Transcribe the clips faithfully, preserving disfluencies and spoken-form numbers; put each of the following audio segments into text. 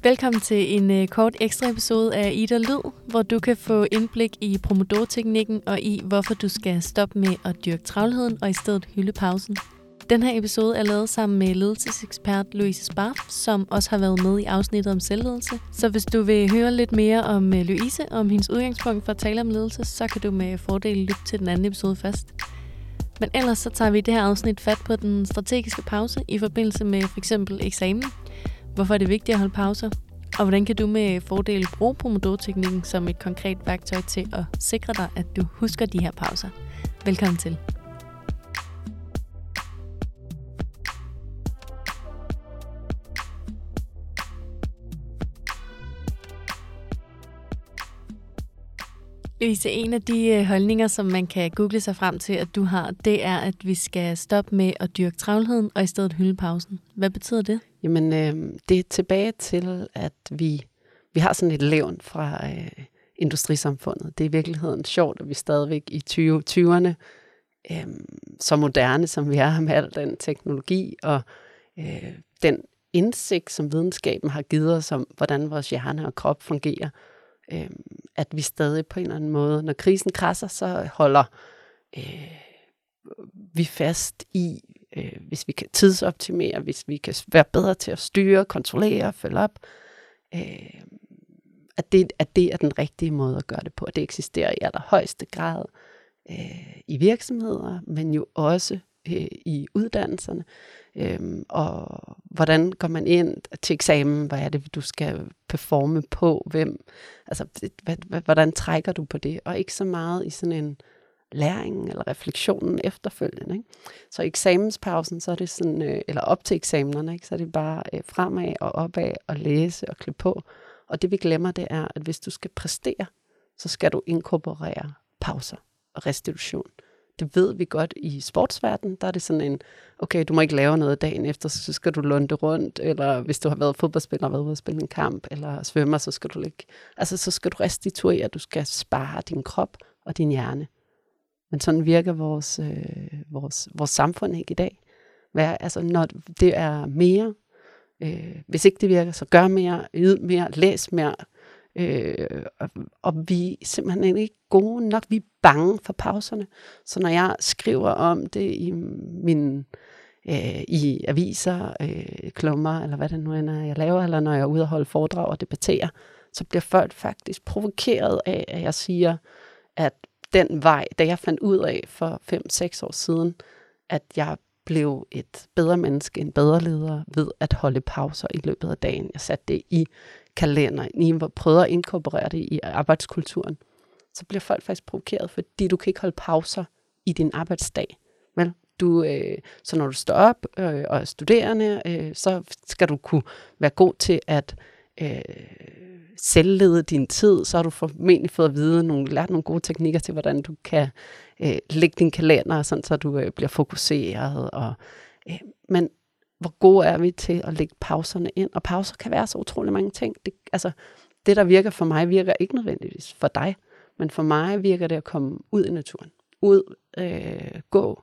Velkommen til en uh, kort ekstra episode af Ida Lyd, hvor du kan få indblik i Pomodoro-teknikken og i, hvorfor du skal stoppe med at dyrke travlheden og i stedet hylde pausen. Den her episode er lavet sammen med ledelsesekspert Louise Sparf, som også har været med i afsnittet om selvledelse. Så hvis du vil høre lidt mere om uh, Louise og om hendes udgangspunkt for at tale om ledelse, så kan du med fordel lytte til den anden episode først. Men ellers så tager vi i det her afsnit fat på den strategiske pause i forbindelse med f.eks. eksamen. Hvorfor er det vigtigt at holde pauser? Og hvordan kan du med fordel bruge Pomodoro-teknikken som et konkret værktøj til at sikre dig, at du husker de her pauser? Velkommen til. Louise, en af de holdninger, som man kan google sig frem til, at du har, det er, at vi skal stoppe med at dyrke travlheden og i stedet hylde pausen. Hvad betyder det? Jamen, øh, det er tilbage til, at vi, vi har sådan et levn fra øh, industrisamfundet. Det er i virkeligheden sjovt, at vi stadigvæk i tyverne, øh, så moderne som vi er med al den teknologi og øh, den indsigt, som videnskaben har givet os om, hvordan vores hjerne og krop fungerer, øh, at vi stadig på en eller anden måde, når krisen krasser, så holder øh, vi fast i, øh, hvis vi kan tidsoptimere, hvis vi kan være bedre til at styre, kontrollere, følge op, øh, at, det, at det er den rigtige måde at gøre det på. At det eksisterer i allerhøjeste grad øh, i virksomheder, men jo også øh, i uddannelserne. Øh, og hvordan går man ind til eksamen? Hvad er det, du skal performe på? Hvem? Altså, hvordan trækker du på det? Og ikke så meget i sådan en læringen eller refleksionen efterfølgende. Ikke? Så i eksamenspausen, så er det sådan, øh, eller op til eksamenerne, ikke? Så er det bare øh, fremad og opad og læse og klippe på. Og det vi glemmer, det er, at hvis du skal præstere, så skal du inkorporere pauser og restitution. Det ved vi godt i sportsverdenen. Der er det sådan en, okay, du må ikke lave noget dagen efter, så skal du lunde rundt, eller hvis du har været fodboldspiller og været ude at spille en kamp, eller svømmer, så skal du ikke, altså så skal du restituere, du skal spare din krop og din hjerne. Men sådan virker vores, øh, vores, vores samfund ikke i dag. Hvad, altså, når det er mere, øh, hvis ikke det virker, så gør mere, yd mere, læs mere. Øh, og, og vi er simpelthen ikke gode nok. Vi er bange for pauserne. Så når jeg skriver om det i min øh, i aviser, øh, klummer, eller hvad det nu end er, jeg laver, eller når jeg er ude og holde foredrag og debatterer, så bliver folk faktisk provokeret af, at jeg siger, at den vej, da jeg fandt ud af for fem seks år siden, at jeg blev et bedre menneske, en bedre leder ved at holde pauser i løbet af dagen. Jeg satte det i kalender, jeg prøvede at inkorporere det i arbejdskulturen. Så bliver folk faktisk provokeret, fordi du kan ikke holde pauser i din arbejdsdag. Vel? Du, øh, så når du står op øh, og er studerende, øh, så skal du kunne være god til at øh, selvlede din tid, så har du formentlig fået at vide, nogle, lært nogle gode teknikker til, hvordan du kan øh, lægge din kalender, sådan, så du øh, bliver fokuseret. Og, øh, men hvor gode er vi til at lægge pauserne ind? Og pauser kan være så utrolig mange ting. Det, altså, det, der virker for mig, virker ikke nødvendigvis for dig, men for mig virker det at komme ud i naturen. Ud, øh, gå,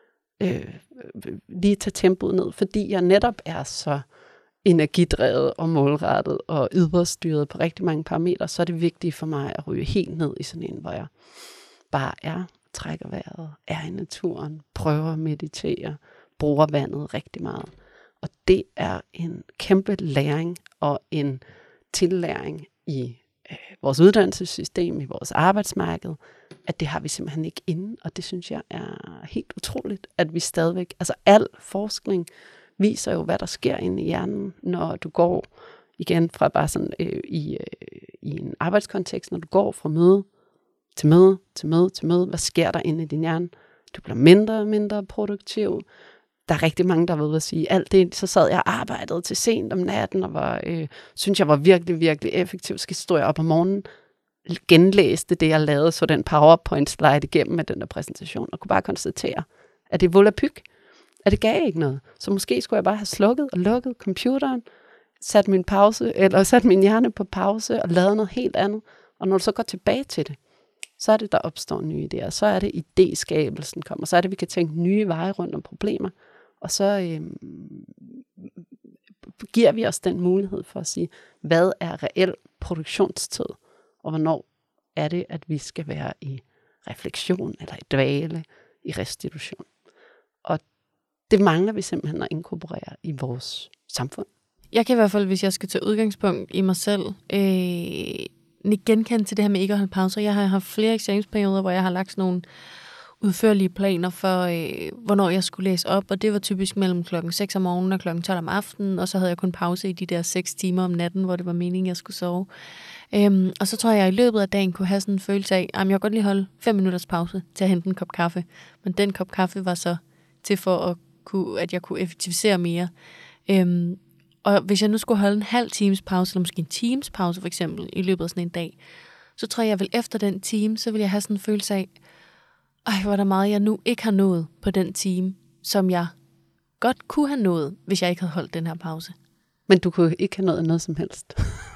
øh, lige tage tempoet ned, fordi jeg netop er så energidrevet og målrettet og yderstyret på rigtig mange parametre, så er det vigtigt for mig at ryge helt ned i sådan en, hvor jeg bare er, trækker vejret, er i naturen, prøver at meditere, bruger vandet rigtig meget. Og det er en kæmpe læring og en tillæring i øh, vores uddannelsessystem, i vores arbejdsmarked, at det har vi simpelthen ikke inde, og det synes jeg er helt utroligt, at vi stadigvæk, altså al forskning viser jo, hvad der sker inde i hjernen, når du går igen fra bare sådan øh, i, øh, i en arbejdskontekst, når du går fra møde til møde, til møde, til møde, hvad sker der inde i din hjerne? Du bliver mindre og mindre produktiv. Der er rigtig mange, der har været ude at sige, alt det, så sad jeg og arbejdede til sent om natten, og var, øh, synes jeg var virkelig, virkelig effektiv. Så stod jeg op om morgenen, genlæste det, jeg lavede, så den PowerPoint-slide igennem med den der præsentation, og kunne bare konstatere, at det er volapyk, at det gav ikke noget. Så måske skulle jeg bare have slukket og lukket computeren, sat min pause, eller sat min hjerne på pause, og lavet noget helt andet. Og når du så går tilbage til det, så er det, der opstår nye idéer. Så er det, idéskabelsen kommer. Så er det, vi kan tænke nye veje rundt om problemer. Og så øh, giver vi os den mulighed for at sige, hvad er reel produktionstid, og hvornår er det, at vi skal være i refleksion, eller i dvale, i restitution. Og det mangler vi simpelthen at inkorporere i vores samfund. Jeg kan i hvert fald, hvis jeg skal tage udgangspunkt i mig selv, øh, genkende til det her med ikke at holde pauser. Jeg har haft flere eksamensperioder, hvor jeg har lagt sådan nogle udførlige planer for, øh, hvornår jeg skulle læse op, og det var typisk mellem klokken seks om morgenen og klokken tolv om aftenen, og så havde jeg kun pause i de der seks timer om natten, hvor det var meningen, jeg skulle sove. Øhm, og så tror jeg, at jeg i løbet af dagen kunne have sådan en følelse af, at jeg kan godt lige holde fem minutters pause til at hente en kop kaffe. Men den kop kaffe var så til for, at, kunne, at jeg kunne effektivisere mere. Øhm, og hvis jeg nu skulle holde en halv times pause, eller måske en times pause for eksempel, i løbet af sådan en dag, så tror jeg, jeg vil efter den time, så vil jeg have sådan en følelse af, ej, hvor er der meget, jeg nu ikke har nået på den time, som jeg godt kunne have nået, hvis jeg ikke havde holdt den her pause. Men du kunne ikke have nået noget som helst.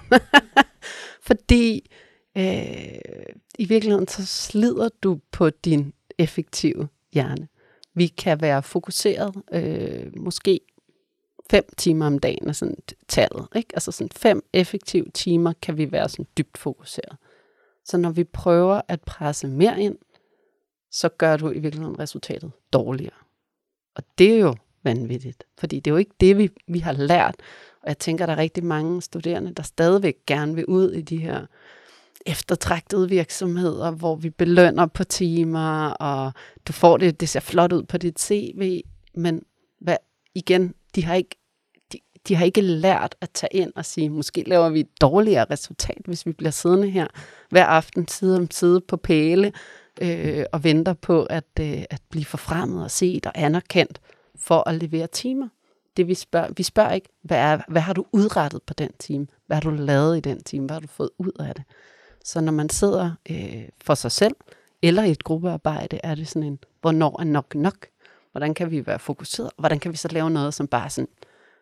Fordi øh, i virkeligheden så slider du på din effektive hjerne. Vi kan være fokuseret øh, måske fem timer om dagen er sådan tallet, ikke? Altså sådan fem effektive timer kan vi være sådan dybt fokuseret. Så når vi prøver at presse mere ind, så gør du i virkeligheden resultatet dårligere. Og det er jo vanvittigt, fordi det er jo ikke det, vi, vi har lært. Og jeg tænker, der er rigtig mange studerende, der stadigvæk gerne vil ud i de her eftertragtede virksomheder, hvor vi belønner på timer, og du får det, det ser flot ud på dit C V, men hvad, igen, de har ikke de, de har ikke lært at tage ind og sige, måske laver vi et dårligere resultat, hvis vi bliver siddende her hver aften side om side på pæle, øh, og venter på at, øh, at blive forfremmet og set og anerkendt for at levere timer. Det vi spørger, vi spørger ikke, hvad, er, hvad har du udrettet på den time? Hvad har du lavet i den time? Hvad har du fået ud af det? Så når man sidder øh, for sig selv, eller i et gruppearbejde, er det sådan en, hvornår er nok nok? Hvordan kan vi være fokuseret? Hvordan kan vi så lave noget, som bare sådan,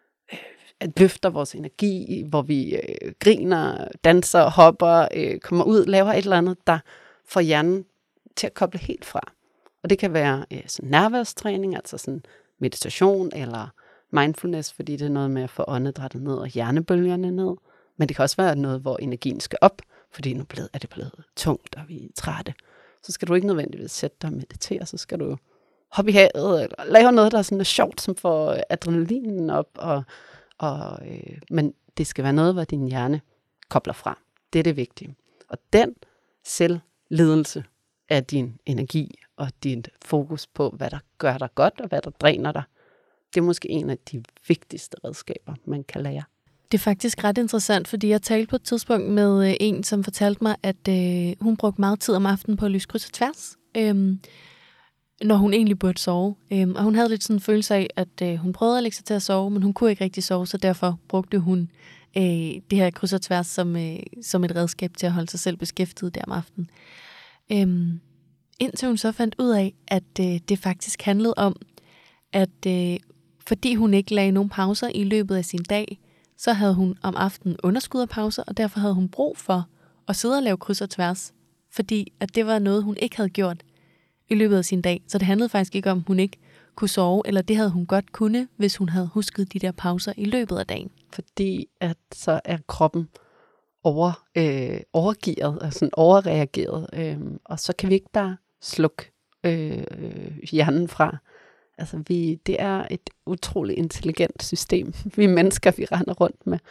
øh, løfter vores energi, hvor vi øh, griner, danser, hopper, øh, kommer ud, laver et eller andet, der får hjernen til at koble helt fra. Og det kan være øh, sådan nærværstræning, altså sådan meditation eller mindfulness, fordi det er noget med at få åndedrættet ned og hjernebølgerne ned. Men det kan også være noget, hvor energien skal op, fordi nu er det blevet tungt, og vi er trætte. Så skal du ikke nødvendigvis sætte dig og meditere, så skal du hoppe i havet, eller lave noget, der er sådan sjovt, som får adrenalinen op. Og, og, øh, men det skal være noget, hvor din hjerne kobler fra. Det er det vigtige. Og den selvledelse af din energi og dit fokus på, hvad der gør dig godt, og hvad der dræner dig, det er måske en af de vigtigste redskaber, man kan lære. Det er faktisk ret interessant, fordi jeg talte på et tidspunkt med en, som fortalte mig, at øh, hun brugte meget tid om aftenen på at lyse kryds og tværs, øh, når hun egentlig burde sove. Øh, og hun havde lidt sådan en følelse af, at øh, hun prøvede at lægge sig til at sove, men hun kunne ikke rigtig sove, så derfor brugte hun øh, det her kryds og tværs som, øh, som et redskab til at holde sig selv beskæftiget der om aftenen. Øh, indtil hun så fandt ud af, at øh, det faktisk handlede om, at øh, fordi hun ikke lagde nogen pauser i løbet af sin dag, så havde hun om aftenen underskud af pauser, og derfor havde hun brug for at sidde og lave kryds og tværs, fordi at det var noget, hun ikke havde gjort i løbet af sin dag. Så det handlede faktisk ikke om, at hun ikke kunne sove, eller det havde hun godt kunne, hvis hun havde husket de der pauser i løbet af dagen. Fordi at så er kroppen over, øh, overgearet, altså overreageret, øh, og så kan vi ikke bare slukke øh, hjernen fra. Altså vi, det er et utroligt intelligent system, vi mennesker, vi render rundt med.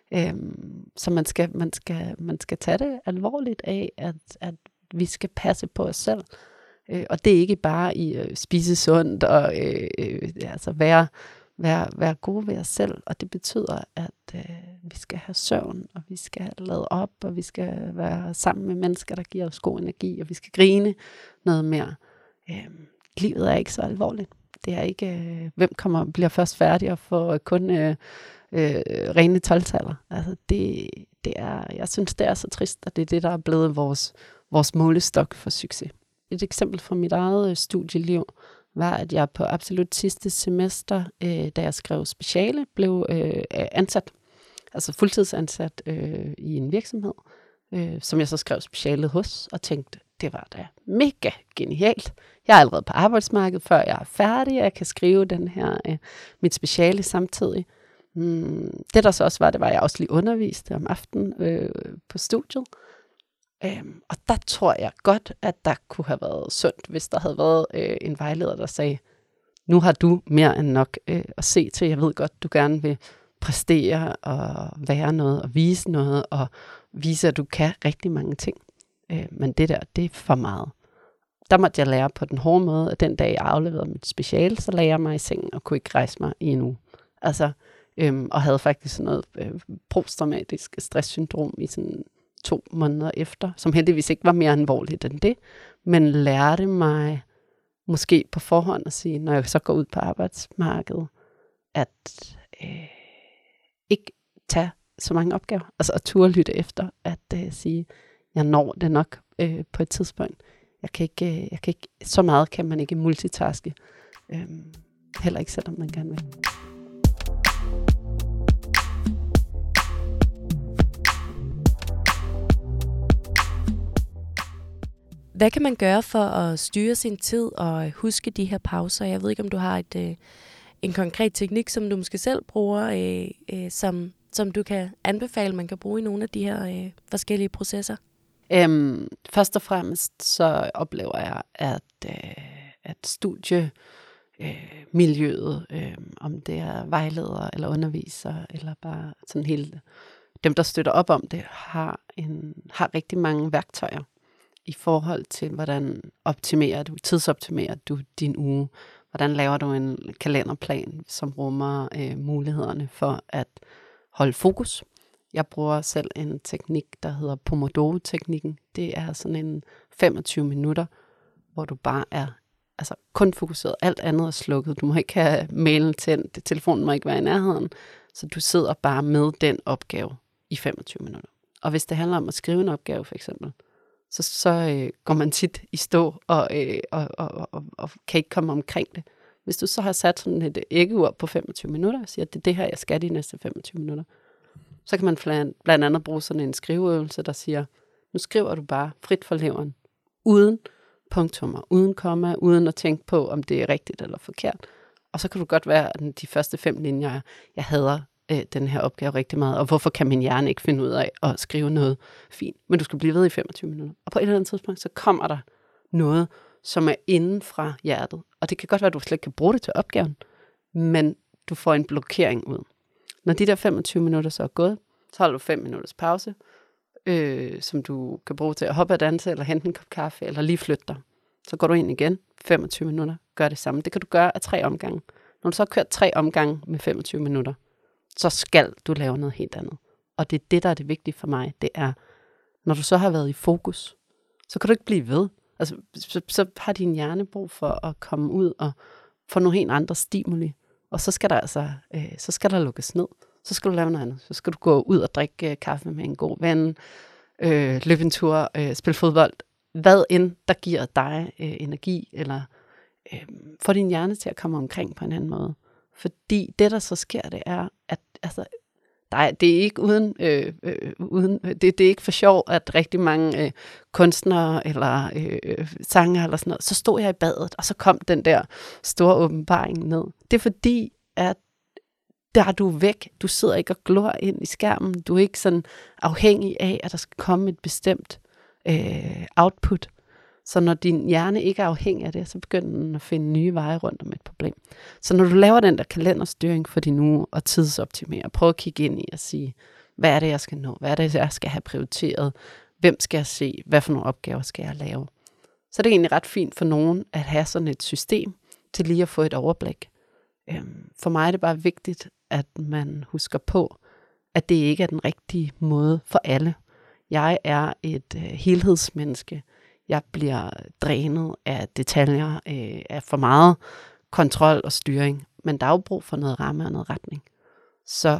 Øhm, så man skal, man, skal, man skal tage det alvorligt af, at, at vi skal passe på os selv. Øh, og det er ikke bare i øh, spise sundt og øh, øh, altså være, være, være gode ved os selv. Og det betyder, at øh, vi skal have søvn, og vi skal lade op, og vi skal være sammen med mennesker, der giver os god energi, og vi skal grine noget mere. Øh, livet er ikke så alvorligt. Det er ikke, øh, hvem kommer bliver først færdig og får kun øh, øh, rene tolv-taller. Altså det, det er, jeg synes, det er så trist, og det er det, der er blevet vores, vores målestok for succes. Et eksempel fra mit eget studieliv var, at jeg på absolut sidste semester, øh, da jeg skrev speciale, blev øh, ansat, altså fuldtidsansat øh, i en virksomhed, øh, som jeg så skrev specialet hos, og tænkte, det var da mega genialt. Jeg er allerede på arbejdsmarkedet, før jeg er færdig, og jeg kan skrive den her, øh, mit speciale samtidig. Mm, det der så også var, det var, at jeg også lige underviste om aftenen øh, på studiet. Øhm, og der tror jeg godt, at der kunne have været sundt, hvis der havde været øh, en vejleder, der sagde, nu har du mere end nok øh, at se til. Jeg ved godt, du gerne vil præstere og være noget og vise noget og vise, at du kan rigtig mange ting. Øh, men det der, det er for meget. Der måtte jeg lære på den hårde måde, at den dag, jeg afleverede mit speciale, så lagde jeg mig i sengen og kunne ikke rejse mig i en uge. Altså, øhm, og havde faktisk sådan noget øh, posttraumatisk stresssyndrom i sådan to måneder efter, som heldigvis ikke var mere alvorligt end det, men lærte mig måske på forhånd at sige, når jeg så går ud på arbejdsmarkedet, at øh, ikke tage så mange opgaver, altså at turde lytte efter, at øh, sige, jeg når det nok øh, på et tidspunkt. Jeg kan ikke, øh, jeg kan ikke, så meget kan man ikke multitaske, øh, heller ikke selvom man gerne vil. Hvad kan man gøre for at styre sin tid og huske de her pauser? Jeg ved ikke, om du har et, øh, en konkret teknik, som du måske selv bruger, øh, øh, som, som du kan anbefale, man kan bruge i nogle af de her øh, forskellige processer? Øhm, først og fremmest så oplever jeg, at, øh, at studiemiljøet, øh, øh, om det er vejledere eller undervisere, eller bare sådan hele dem, der støtter op om det, har, en, har rigtig mange værktøjer i forhold til, hvordan optimerer du, tidsoptimerer du din uge, hvordan laver du en kalenderplan, som rummer øh, mulighederne for at holde fokus. Jeg bruger selv en teknik, der hedder Pomodoro-teknikken. Det er sådan en femogtyve minutter, hvor du bare er altså kun fokuseret. Alt andet er slukket. Du må ikke have mailen tændt. Telefonen må ikke være i nærheden. Så du sidder bare med den opgave i femogtyve minutter. Og hvis det handler om at skrive en opgave for eksempel, så, så øh, går man tit i stå og, øh, og, og, og, og kan ikke komme omkring det. Hvis du så har sat sådan et æggeur på femogtyve minutter og siger, at det er det her, jeg skal de næste femogtyve minutter, så kan man blandt andet bruge sådan en skriveøvelse, der siger, nu skriver du bare frit for leveren, uden punktummer, uden komma, uden at tænke på, om det er rigtigt eller forkert. Og så kan du godt være, at de første fem linjer, jeg hader øh, den her opgave rigtig meget, og hvorfor kan min hjerne ikke finde ud af at skrive noget fint? Men du skal blive ved i femogtyve minutter. Og på et eller andet tidspunkt, så kommer der noget, som er inden fra hjertet. Og det kan godt være, at du slet ikke kan bruge det til opgaven, men du får en blokering ud. Når de der femogtyve minutter så er gået, så holder du fem minutters pause, øh, som du kan bruge til at hoppe og danse, eller hente en kop kaffe, eller lige flytte dig. Så går du ind igen, femogtyve minutter, gør det samme. Det kan du gøre af tre omgange. Når du så har kørt tre omgange med femogtyve minutter, så skal du lave noget helt andet. Og det er det, der er det vigtige for mig. Det er, når du så har været i fokus, så kan du ikke blive ved. Altså, så, så har din hjerne brug for at komme ud og få nogle helt andre stimuli. Og så skal der altså, øh, så skal der lukkes ned. Så skal du lave noget andet. Så skal du gå ud og drikke øh, kaffe med en god ven, øh, løbe en tur, øh, spille fodbold. Hvad end, der giver dig øh, energi, eller øh, få din hjerne til at komme omkring på en anden måde. Fordi det, der så sker, det er, at altså, nej, det er ikke uden, øh, øh, uden det, det er ikke for sjov, at rigtig mange øh, kunstnere eller øh, sanger eller sådan noget, så stod jeg i badet, og så kom den der store åbenbaring ned. Det er fordi, at der er du væk. Du sidder ikke og glor ind i skærmen. Du er ikke sådan afhængig af, at der skal komme et bestemt øh, output. Så når din hjerne ikke er afhængig af det, så begynder den at finde nye veje rundt om et problem. Så når du laver den der kalenderstyring for din uge og tidsoptimere, prøv at kigge ind i og sige, hvad er det, jeg skal nå? Hvad er det, jeg skal have prioriteret? Hvem skal jeg se? Hvad for nogle opgaver skal jeg lave? Så det er egentlig ret fint for nogen at have sådan et system til lige at få et overblik. For mig er det bare vigtigt, at man husker på, at det ikke er den rigtige måde for alle. Jeg er et øh, helhedsmenneske. Jeg bliver drænet af detaljer, øh, af for meget kontrol og styring. Men der er jo brug for noget ramme og noget retning. Så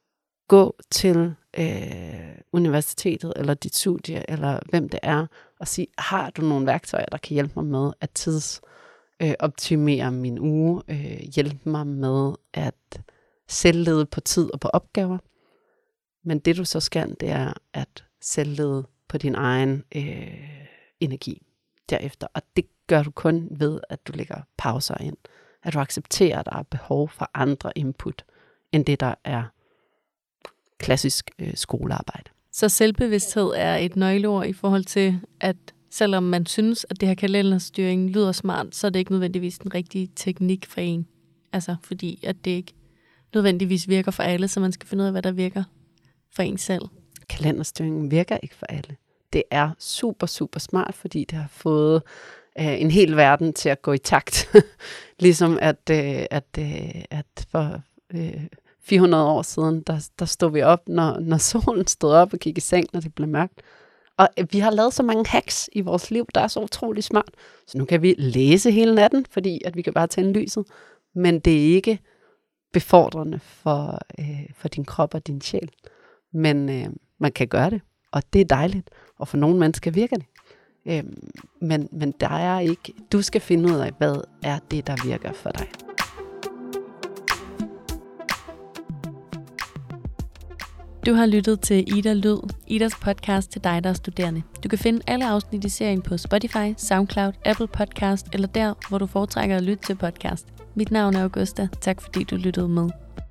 gå til øh, universitetet, eller dit studie, eller hvem det er, og sig, har du nogle værktøjer, der kan hjælpe mig med at tidsoptimere øh, min uge, øh, hjælpe mig med at selvlede på tid og på opgaver. Men det du så skal, det er at selvlede på din egen øh, energi derefter. Og det gør du kun ved, at du lægger pauser ind. At du accepterer, at der er behov for andre input end det, der er klassisk øh, skolearbejde. Så selvbevidsthed er et nøgleord i forhold til, at selvom man synes, at det her kalenderstyring lyder smart, så er det ikke nødvendigvis den rigtige teknik for en. Altså fordi, at det ikke nødvendigvis virker for alle, så man skal finde ud af, hvad der virker for en selv. Kalenderstyringen virker ikke for alle. Det er super, super smart, fordi det har fået øh, en hel verden til at gå i takt. Ligesom at, øh, at, øh, at for øh, fire hundrede år siden, der, der stod vi op, når, når solen stod op og kiggede i seng, når det blev mørkt. Og vi har lavet så mange hacks i vores liv, der er så utrolig smart. Så nu kan vi læse hele natten, fordi at vi kan bare tænde lyset. Men det er ikke befordrende for, øh, for din krop og din sjæl. Men øh, man kan gøre det, og det er dejligt. Og for nogle mennesker virker det. Øh, men, men der er ikke... Du skal finde ud af, hvad er det, der virker for dig. Du har lyttet til Ida Lyd, Idas podcast til dig, der er studerende. Du kan finde alle afsnit i serien på Spotify, SoundCloud, Apple Podcast eller der, hvor du foretrækker at lytte til podcast. Mit navn er Augusta. Tak fordi du lyttede med.